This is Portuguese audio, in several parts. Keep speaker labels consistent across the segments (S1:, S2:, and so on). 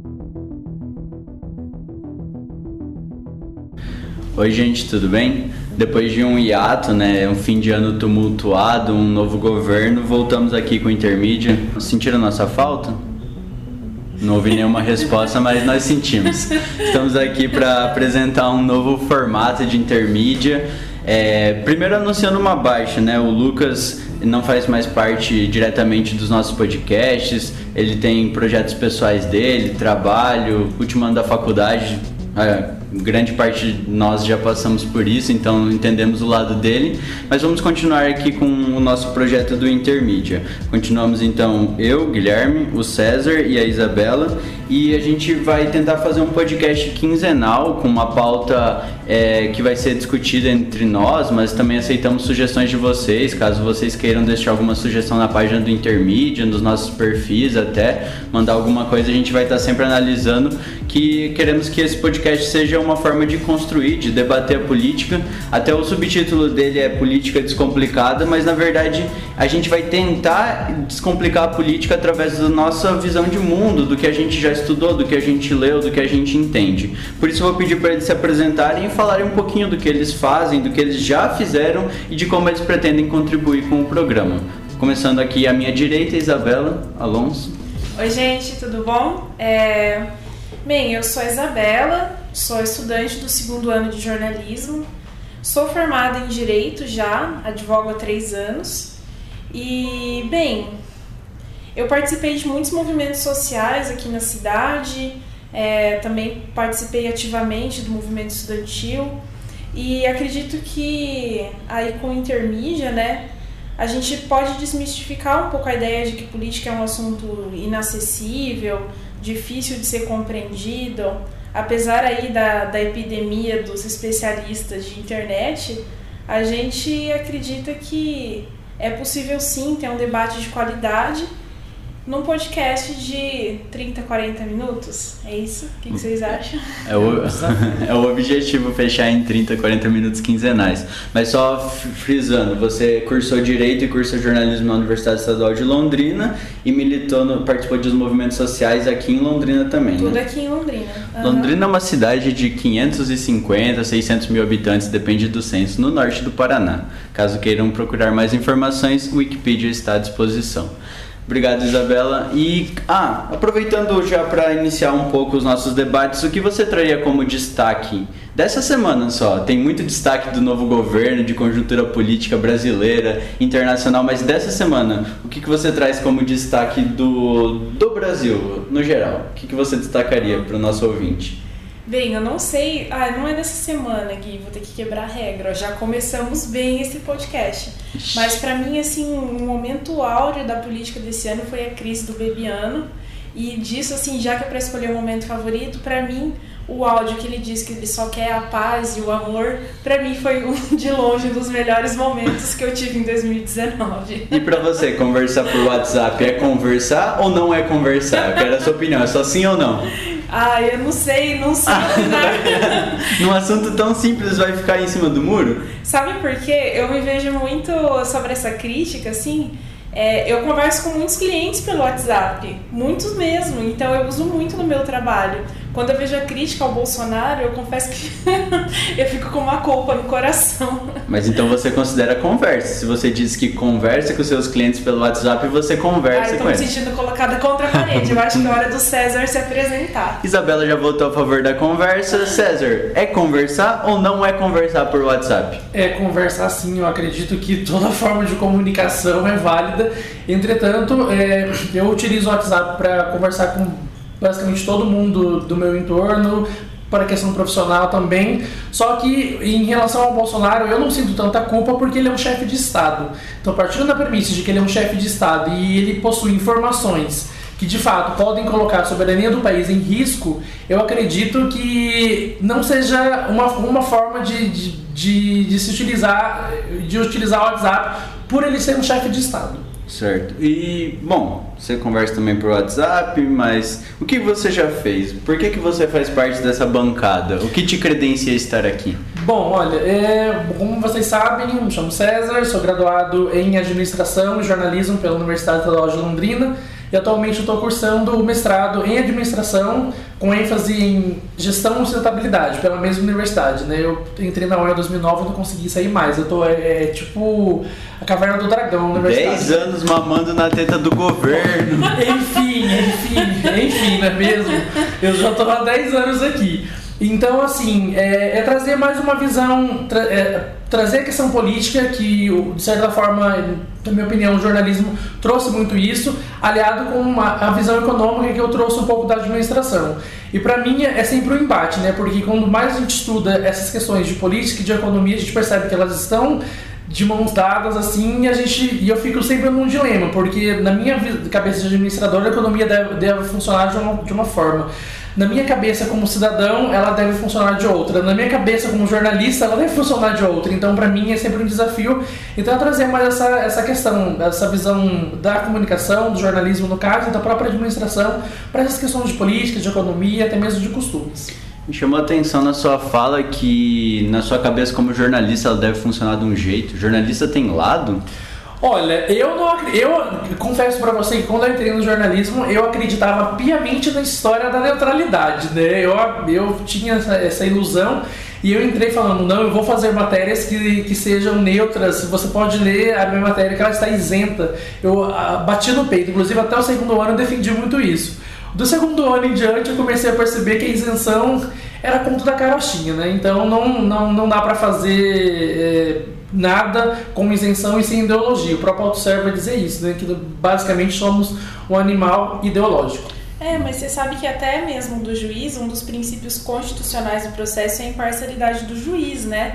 S1: Oi gente, tudo bem? Depois de um hiato, um fim de ano tumultuado, um novo governo, voltamos aqui com o Intermídia. Sentiram nossa falta? Não ouvi nenhuma resposta, mas nós sentimos. Estamos aqui para apresentar um novo formato de Intermídia. Primeiro anunciando uma baixa, O Lucas não faz mais parte diretamente dos nossos podcasts, ele tem projetos pessoais dele, trabalho, último ano da faculdade. Grande parte de nós já passamos por isso, então entendemos o lado dele, mas vamos continuar aqui com o nosso projeto do Intermídia. Continuamos então eu, Guilherme, o César e a Isabela, e a gente vai tentar fazer um podcast quinzenal com uma pauta que vai ser discutida entre nós, mas também aceitamos sugestões de vocês, caso vocês queiram deixar alguma sugestão na página do Intermídia, nos nossos perfis até, mandar alguma coisa, a gente vai estar sempre analisando, que queremos que esse podcast seja uma forma de construir, de debater a política. Até o subtítulo dele é Política Descomplicada, mas na verdade a gente vai tentar descomplicar a política através da nossa visão de mundo, do que a gente já estudou, do que a gente leu, do que a gente entende. Por isso eu vou pedir para eles se apresentarem e falarem um pouquinho do que eles fazem, do que eles já fizeram e de como eles pretendem contribuir com o programa. Começando aqui à minha direita, Isabela Alonso.
S2: Oi gente, tudo bom? Bem, eu sou a Isabela, sou estudante do 2º ano de jornalismo, sou formada em Direito já, advogo há 3 anos e, bem, eu participei de muitos movimentos sociais aqui na cidade, também participei ativamente do movimento estudantil e acredito que aí com o Intermídia, a gente pode desmistificar um pouco a ideia de que política é um assunto inacessível, difícil de ser compreendido. Apesar aí da epidemia dos especialistas de internet, a gente acredita que é possível sim ter um debate de qualidade num podcast de 30, 40 minutos. É isso? O que vocês acham?
S1: É o objetivo, fechar em 30, 40 minutos quinzenais. Mas só frisando, você cursou Direito e cursa Jornalismo na Universidade Estadual de Londrina e participou dos movimentos sociais aqui em Londrina também,
S2: Tudo aqui em Londrina. Uhum.
S1: Londrina é uma cidade de 550, 600 mil habitantes, depende do censo, no norte do Paraná. Caso queiram procurar mais informações, o Wikipedia está à disposição. Obrigado, Isabela. E, aproveitando já para iniciar um pouco os nossos debates, o que você traria como destaque dessa semana só? Tem muito destaque do novo governo, de conjuntura política brasileira, internacional, mas dessa semana, o que você traz como destaque do Brasil, no geral? O que você destacaria para o nosso ouvinte?
S2: Bem, eu não sei, não é dessa semana, Gui, vou ter que quebrar a regra, já começamos bem esse podcast, mas pra mim, assim, um momento áureo da política desse ano foi a crise do Bebiano, e disso, assim, já que é pra escolher um momento favorito, pra mim, o áudio que ele diz que ele só quer a paz e o amor, pra mim foi de longe um dos melhores momentos que eu tive em 2019. E
S1: pra você, conversar por WhatsApp é conversar ou não é conversar? Eu quero a sua opinião, é só sim ou não?
S2: Eu não sei opinar.
S1: Num assunto tão simples vai ficar em cima do muro?
S2: Sabe por quê? Eu me vejo muito sobre essa crítica, assim, eu converso com muitos clientes pelo WhatsApp, muitos mesmo, então eu uso muito no meu trabalho. Quando eu vejo a crítica ao Bolsonaro, eu confesso que eu fico com uma culpa no coração.
S1: Mas então você considera conversa. Se você diz que conversa com seus clientes pelo WhatsApp, você conversa com eles.
S2: Eu tô me sentindo colocada contra a parede. Eu acho que é hora do César se apresentar.
S1: Isabela já votou a favor da conversa. César, é conversar ou não é conversar por WhatsApp?
S3: É conversar sim. Eu acredito que toda forma de comunicação é válida. Entretanto, eu utilizo o WhatsApp para conversar com basicamente todo mundo do meu entorno, para a questão profissional também. Só que em relação ao Bolsonaro, eu não sinto tanta culpa porque ele é um chefe de Estado. Então, partindo da premissa de que ele é um chefe de Estado e ele possui informações que de fato podem colocar a soberania do país em risco, eu acredito que não seja uma forma de se utilizar o WhatsApp por ele ser um chefe de Estado.
S1: Certo. E, bom, você conversa também por WhatsApp, mas o que você já fez? Por que você faz parte dessa bancada? O que te credencia estar aqui?
S3: Bom, olha, como vocês sabem, eu me chamo César, sou graduado em Administração e Jornalismo pela Universidade Estadual de Londrina. e atualmente eu estou cursando o mestrado em administração com ênfase em gestão e sustentabilidade pela mesma universidade, né? Eu entrei na UEL em 2009 e não consegui sair mais. Eu tô tipo a caverna do dragão na universidade.
S1: 10 anos mamando na teta do governo.
S3: Enfim, não é mesmo? Eu já estou há 10 anos aqui. Então, assim, é trazer mais uma visão, trazer a questão política, que, de certa forma, na minha opinião, o jornalismo trouxe muito isso, aliado com a visão econômica que eu trouxe um pouco da administração. E para mim é sempre um embate, né? Porque quando mais a gente estuda essas questões de política e de economia, a gente percebe que elas estão de mãos dadas, assim, e eu fico sempre num dilema, porque na minha cabeça de administrador, a economia deve funcionar de uma forma. Na minha cabeça como cidadão, ela deve funcionar de outra. Na minha cabeça como jornalista, ela deve funcionar de outra. Então, para mim, é sempre um desafio. Então, eu trazer mais essa questão, essa visão da comunicação, do jornalismo, no caso, e da própria administração, para essas questões de política, de economia, até mesmo de costumes.
S1: Me chamou a atenção na sua fala que, na sua cabeça como jornalista, ela deve funcionar de um jeito. Jornalista tem lado?
S3: Olha, eu confesso pra você que quando eu entrei no jornalismo, eu acreditava piamente na história da neutralidade, né? Eu tinha essa ilusão e eu entrei falando, não, eu vou fazer matérias que sejam neutras, você pode ler a minha matéria que ela está isenta. Eu bati no peito, inclusive até o segundo ano eu defendi muito isso. Do segundo ano em diante eu comecei a perceber que a isenção era conto da carochinha, né? Então não dá pra fazer nada com isenção e sem ideologia. O próprio Althusser vai dizer isso, né? Que basicamente somos um animal ideológico.
S2: Mas você sabe que até mesmo do juiz, um dos princípios constitucionais do processo é a imparcialidade do juiz, né?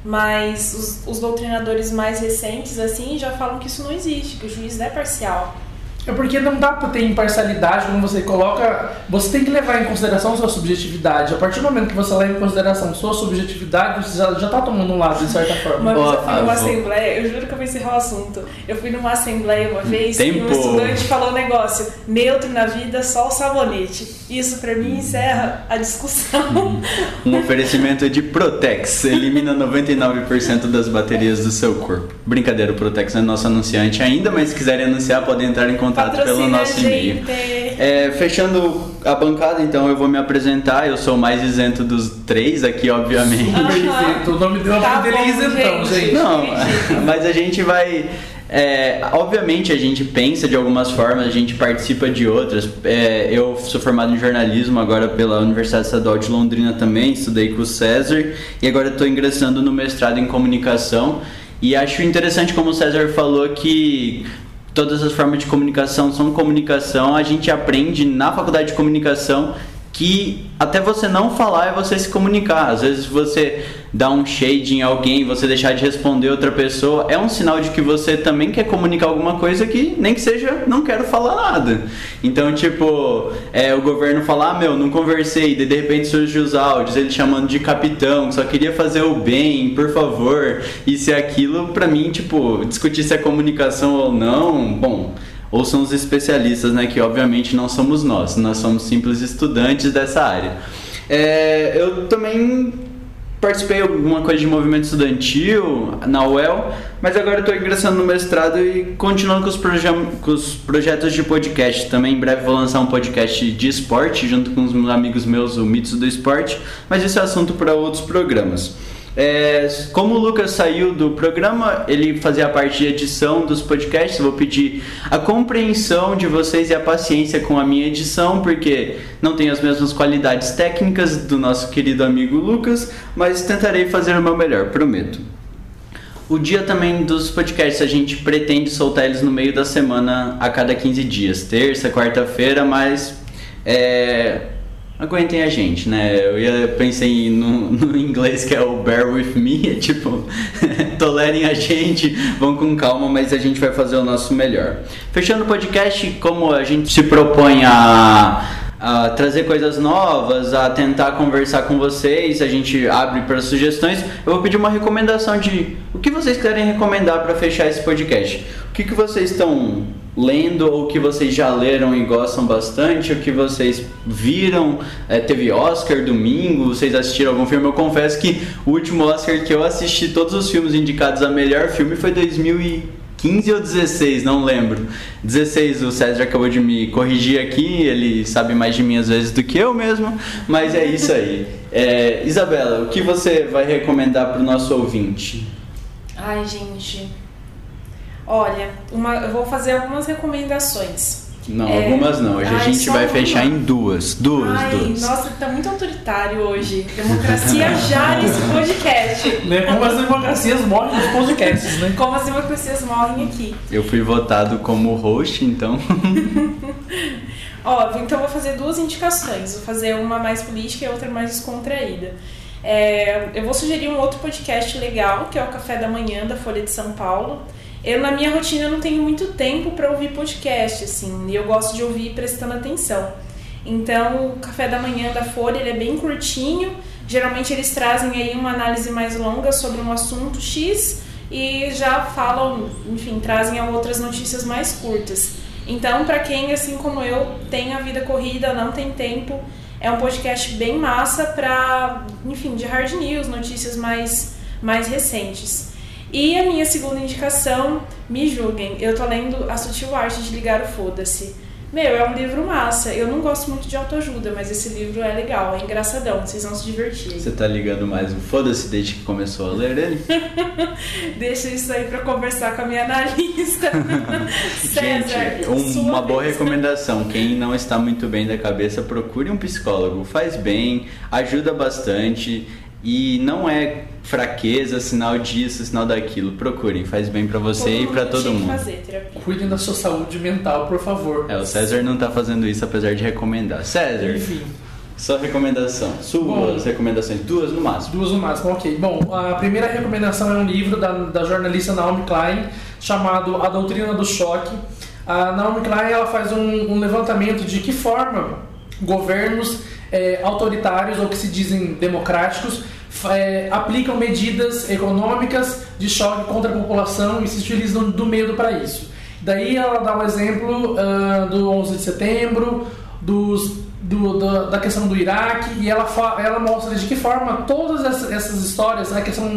S2: Mas os doutrinadores mais recentes, assim, já falam que isso não existe, que o juiz é parcial.
S3: É porque não dá pra ter imparcialidade quando você coloca... Você tem que levar em consideração sua subjetividade. A partir do momento que você leva em consideração sua subjetividade, você já tá tomando um lado, de certa forma.
S2: Uma vez eu fui numa assembleia, eu juro que eu vou encerrar o assunto. Eu fui numa assembleia uma vez e um estudante falou um negócio: neutro na vida, só o sabonete. Isso pra mim encerra a discussão.
S1: Um oferecimento de Protex. Elimina 99% das baterias do seu corpo. Brincadeira, o Protex é nosso anunciante ainda, mas se quiserem anunciar, podem entrar em contato pelo nosso e-mail. Fechando a bancada, então eu vou me apresentar. Eu sou o mais isento dos três aqui, obviamente.
S3: O nome dele é isentão, gente.
S1: Não, mas a gente vai... obviamente a gente pensa de algumas formas, a gente participa de outras. Eu sou formado em jornalismo agora pela Universidade Estadual de Londrina também, estudei com o César e agora estou ingressando no mestrado em comunicação. E acho interessante como o César falou que todas as formas de comunicação são comunicação. A gente aprende na faculdade de comunicação que até você não falar é você se comunicar. Às vezes você dá um shade em alguém, você deixar de responder outra pessoa, é um sinal de que você também quer comunicar alguma coisa que nem que seja, não quero falar nada. Então, tipo, o governo falar, não conversei, e de repente surge os áudios, ele chamando de capitão, só queria fazer o bem, por favor, isso e aquilo. Pra mim, tipo, discutir se é comunicação ou não, bom... Ou são os especialistas, né, que obviamente não somos nós somos simples estudantes dessa área. Eu também participei de alguma coisa de movimento estudantil na UEL, mas agora estou ingressando no mestrado e continuando com os projetos de podcast. Também em breve vou lançar um podcast de esporte junto com os amigos meus, o Mitos do Esporte, mas esse é assunto para outros programas. Como o Lucas saiu do programa, ele fazia a parte de edição dos podcasts. Vou pedir a compreensão de vocês e a paciência com a minha edição, porque não tenho as mesmas qualidades técnicas do nosso querido amigo Lucas, mas tentarei fazer o meu melhor, prometo. O dia também dos podcasts, a gente pretende soltar eles no meio da semana, a cada 15 dias, terça, quarta-feira, mas aguentem a gente, né? Eu pensei no inglês que é o bear with me, tipo, tolerem a gente, vão com calma, mas a gente vai fazer o nosso melhor. Fechando o podcast, como a gente se propõe a trazer coisas novas, a tentar conversar com vocês, a gente abre para sugestões. Eu vou pedir uma recomendação de o que vocês querem recomendar para fechar esse podcast. O que vocês estão lendo ou que vocês já leram e gostam bastante, o que vocês viram, teve Oscar domingo, vocês assistiram algum filme? Eu confesso que o último Oscar que eu assisti, todos os filmes indicados a melhor filme, foi 2015, 15 ou 16, não lembro. 16, o César acabou de me corrigir aqui, ele sabe mais de mim às vezes do que eu mesmo, mas é isso aí. Isabela, o que você vai recomendar para o nosso ouvinte?
S2: Ai, gente, olha, eu vou fazer algumas recomendações.
S1: Não, algumas não. Hoje a gente vai fechar em duas. Duas.
S2: Nossa, tá muito autoritário hoje. Democracia já nesse podcast.
S3: Como as democracias morrem nos podcasts, né?
S2: Como as democracias morrem aqui.
S1: Eu fui votado como host, então...
S2: Então eu vou fazer duas indicações. Vou fazer uma mais política e outra mais descontraída. Eu vou sugerir um outro podcast legal, que é o Café da Manhã, da Folha de São Paulo. Eu, na minha rotina, não tenho muito tempo para ouvir podcast, assim, e eu gosto de ouvir prestando atenção. Então, o Café da Manhã da Folha, ele é bem curtinho, geralmente eles trazem aí uma análise mais longa sobre um assunto X e já falam, enfim, trazem outras notícias mais curtas. Então, para quem, assim como eu, tem a vida corrida, não tem tempo, é um podcast bem massa para, enfim, de hard news, notícias mais recentes. E a minha segunda indicação, me julguem, eu tô lendo A Sutil Arte de Ligar o Foda-se. É um livro massa. Eu não gosto muito de autoajuda, mas esse livro é legal, é engraçadão, vocês vão se divertir.
S1: Você tá ligando mais o foda-se desde que começou a ler ele?
S2: Deixa isso aí pra conversar com a minha analista. César,
S1: gente, uma boa recomendação. Quem não está muito bem da cabeça, procure um psicólogo. Faz bem, ajuda bastante. E não é fraqueza, sinal disso, sinal daquilo. Procurem, faz bem pra você e pra todo mundo.
S2: Fazer terapia.
S3: Cuidem da sua saúde mental, por favor.
S1: O César não tá fazendo isso, apesar de recomendar. César,
S3: enfim,
S1: sua recomendação. Suas recomendações, duas no máximo.
S3: Duas no máximo, ok. Bom, a primeira recomendação é um livro da jornalista Naomi Klein, chamado A Doutrina do Choque. A Naomi Klein, ela faz um levantamento de que forma governos autoritários, ou que se dizem democráticos, aplicam medidas econômicas de choque contra a população e se utilizam do medo para isso. Daí ela dá um exemplo do 11 de setembro, da questão do Iraque, e ela mostra de que forma todas essas histórias, a questão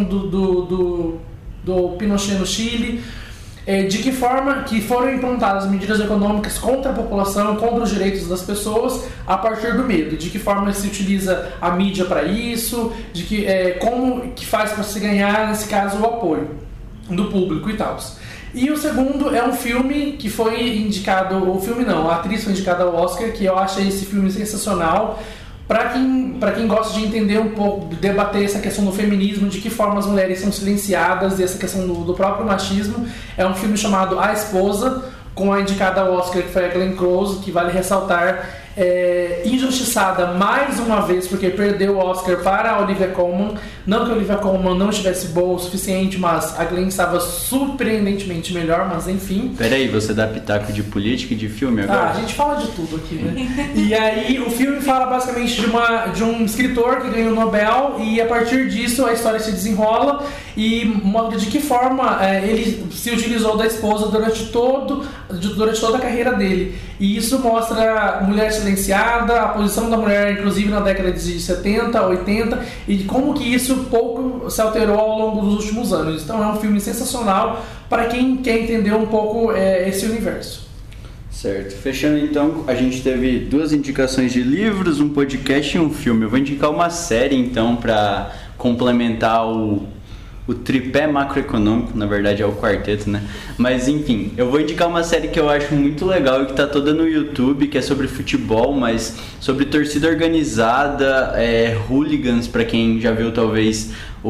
S3: do Pinochet no Chile, de que forma que foram implantadas medidas econômicas contra a população, contra os direitos das pessoas, a partir do medo, de que forma se utiliza a mídia para isso, de que como que faz para se ganhar, nesse caso, o apoio do público e tal. E o segundo é um filme que foi indicado, a atriz foi indicada ao Oscar, que eu achei esse filme sensacional. Para quem gosta de entender um pouco, debater essa questão do feminismo, de que forma as mulheres são silenciadas, e essa questão do próprio machismo, é um filme chamado A Esposa, com a indicada ao Oscar, que foi a Glenn Close, que vale ressaltar, injustiçada mais uma vez, porque perdeu o Oscar para a Olivia Colman. Não que a Olivia Colman não estivesse boa o suficiente, mas a Glenn estava surpreendentemente melhor, mas enfim.
S1: Peraí, você dá pitaco de política e de filme agora?
S3: A gente fala de tudo aqui, né? E aí o filme fala basicamente de um escritor que ganhou o Nobel, e a partir disso a história se desenrola e mostra de que forma ele se utilizou da esposa durante toda a carreira dele. E isso mostra a mulher silenciada, a posição da mulher inclusive na década de 70, 80, e como que isso pouco se alterou ao longo dos últimos anos. Então é um filme sensacional para quem quer entender um pouco esse universo.
S1: Certo. Fechando então, a gente teve duas indicações de livros, um podcast e um filme. Eu vou indicar uma série então para complementar o tripé macroeconômico, na verdade é o quarteto, né? Mas enfim, eu vou indicar uma série que eu acho muito legal e que tá toda no YouTube, que é sobre futebol, mas sobre torcida organizada, hooligans, pra quem já viu talvez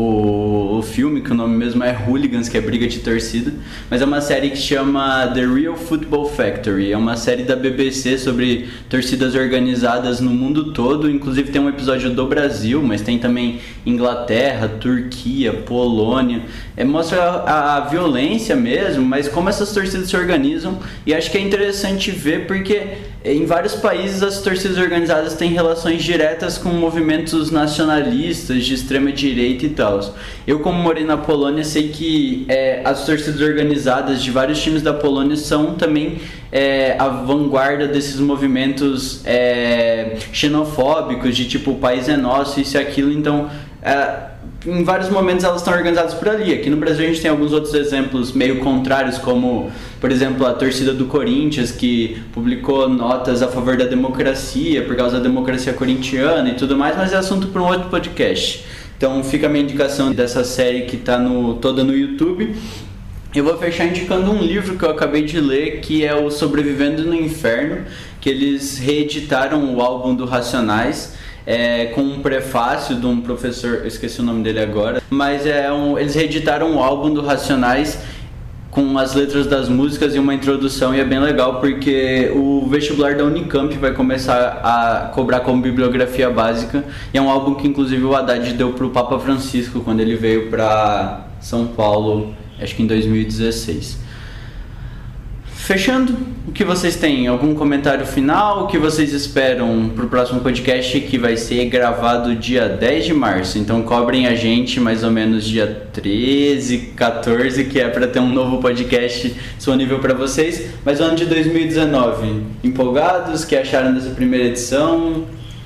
S1: o filme, que o nome mesmo é Hooligans, que é briga de torcida, mas é uma série que chama The Real Football Factory, é uma série da BBC sobre torcidas organizadas no mundo todo, inclusive tem um episódio do Brasil, mas tem também Inglaterra, Turquia, Polônia, mostra a violência mesmo, mas como essas torcidas se organizam, e acho que é interessante ver porque em vários países as torcidas organizadas têm relações diretas com movimentos nacionalistas de extrema direita e tal. Eu, como morei na Polônia, sei que as torcidas organizadas de vários times da Polônia são também a vanguarda desses movimentos xenofóbicos de tipo o país é nosso, isso e aquilo. Então em vários momentos elas estão organizadas por ali. Aqui no Brasil a gente tem alguns outros exemplos meio contrários, como, por exemplo, a torcida do Corinthians, que publicou notas a favor da democracia, por causa da democracia corintiana e tudo mais, mas é assunto para um outro podcast. Então fica a minha indicação dessa série que está toda no YouTube. Eu vou fechar indicando um livro que eu acabei de ler, que é o Sobrevivendo no Inferno, que eles reeditaram o álbum do Racionais, com um prefácio de um professor, eu esqueci o nome dele agora, mas eles reeditaram o álbum do Racionais com as letras das músicas e uma introdução, e é bem legal porque o vestibular da Unicamp vai começar a cobrar como bibliografia básica, e é um álbum que inclusive o Haddad deu para o Papa Francisco quando ele veio para São Paulo, acho que em 2016. Fechando, o que vocês têm? Algum comentário final? O que vocês esperam para o próximo podcast, que vai ser gravado dia 10 de março? Então cobrem a gente mais ou menos dia 13, 14, que é para ter um novo podcast disponível para vocês. Mas o ano de 2019, empolgados? O que acharam dessa primeira edição?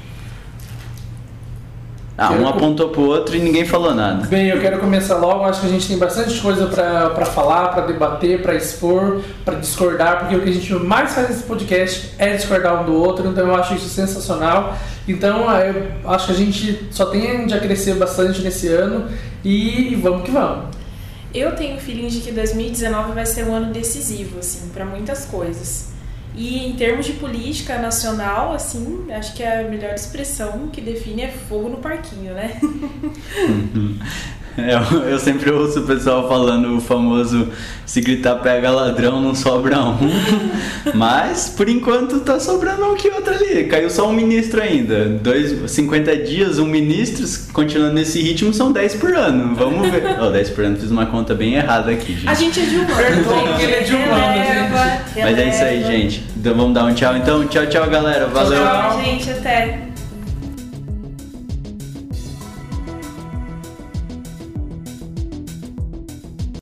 S1: Um apontou pro outro e ninguém falou nada.
S3: Bem, eu quero começar logo. Acho que a gente tem bastante coisa para falar, para debater, para expor, para discordar, porque o que a gente mais faz nesse podcast é discordar um do outro, então eu acho isso sensacional. Então eu acho que a gente só tende a crescer bastante nesse ano e vamos que vamos.
S2: Eu tenho o feeling de que 2019 vai ser um ano decisivo, assim, para muitas coisas. E em termos de política nacional, assim, acho que a melhor expressão que define é fogo no parquinho, né?
S1: Eu sempre ouço o pessoal falando o famoso: se gritar pega ladrão, não sobra um. Mas, por enquanto, tá sobrando um que outro ali. Caiu só um ministro ainda. 50 dias, um ministro, continuando nesse ritmo, são 10 por ano. Vamos ver. 10 por ano, fiz uma conta bem errada aqui, gente.
S2: A gente é de humano.
S3: Porque ele é de humano, gente.
S1: Mas é isso aí, gente. Então vamos dar um tchau, então. Tchau, tchau, galera. Valeu.
S2: Tchau, gente. Até.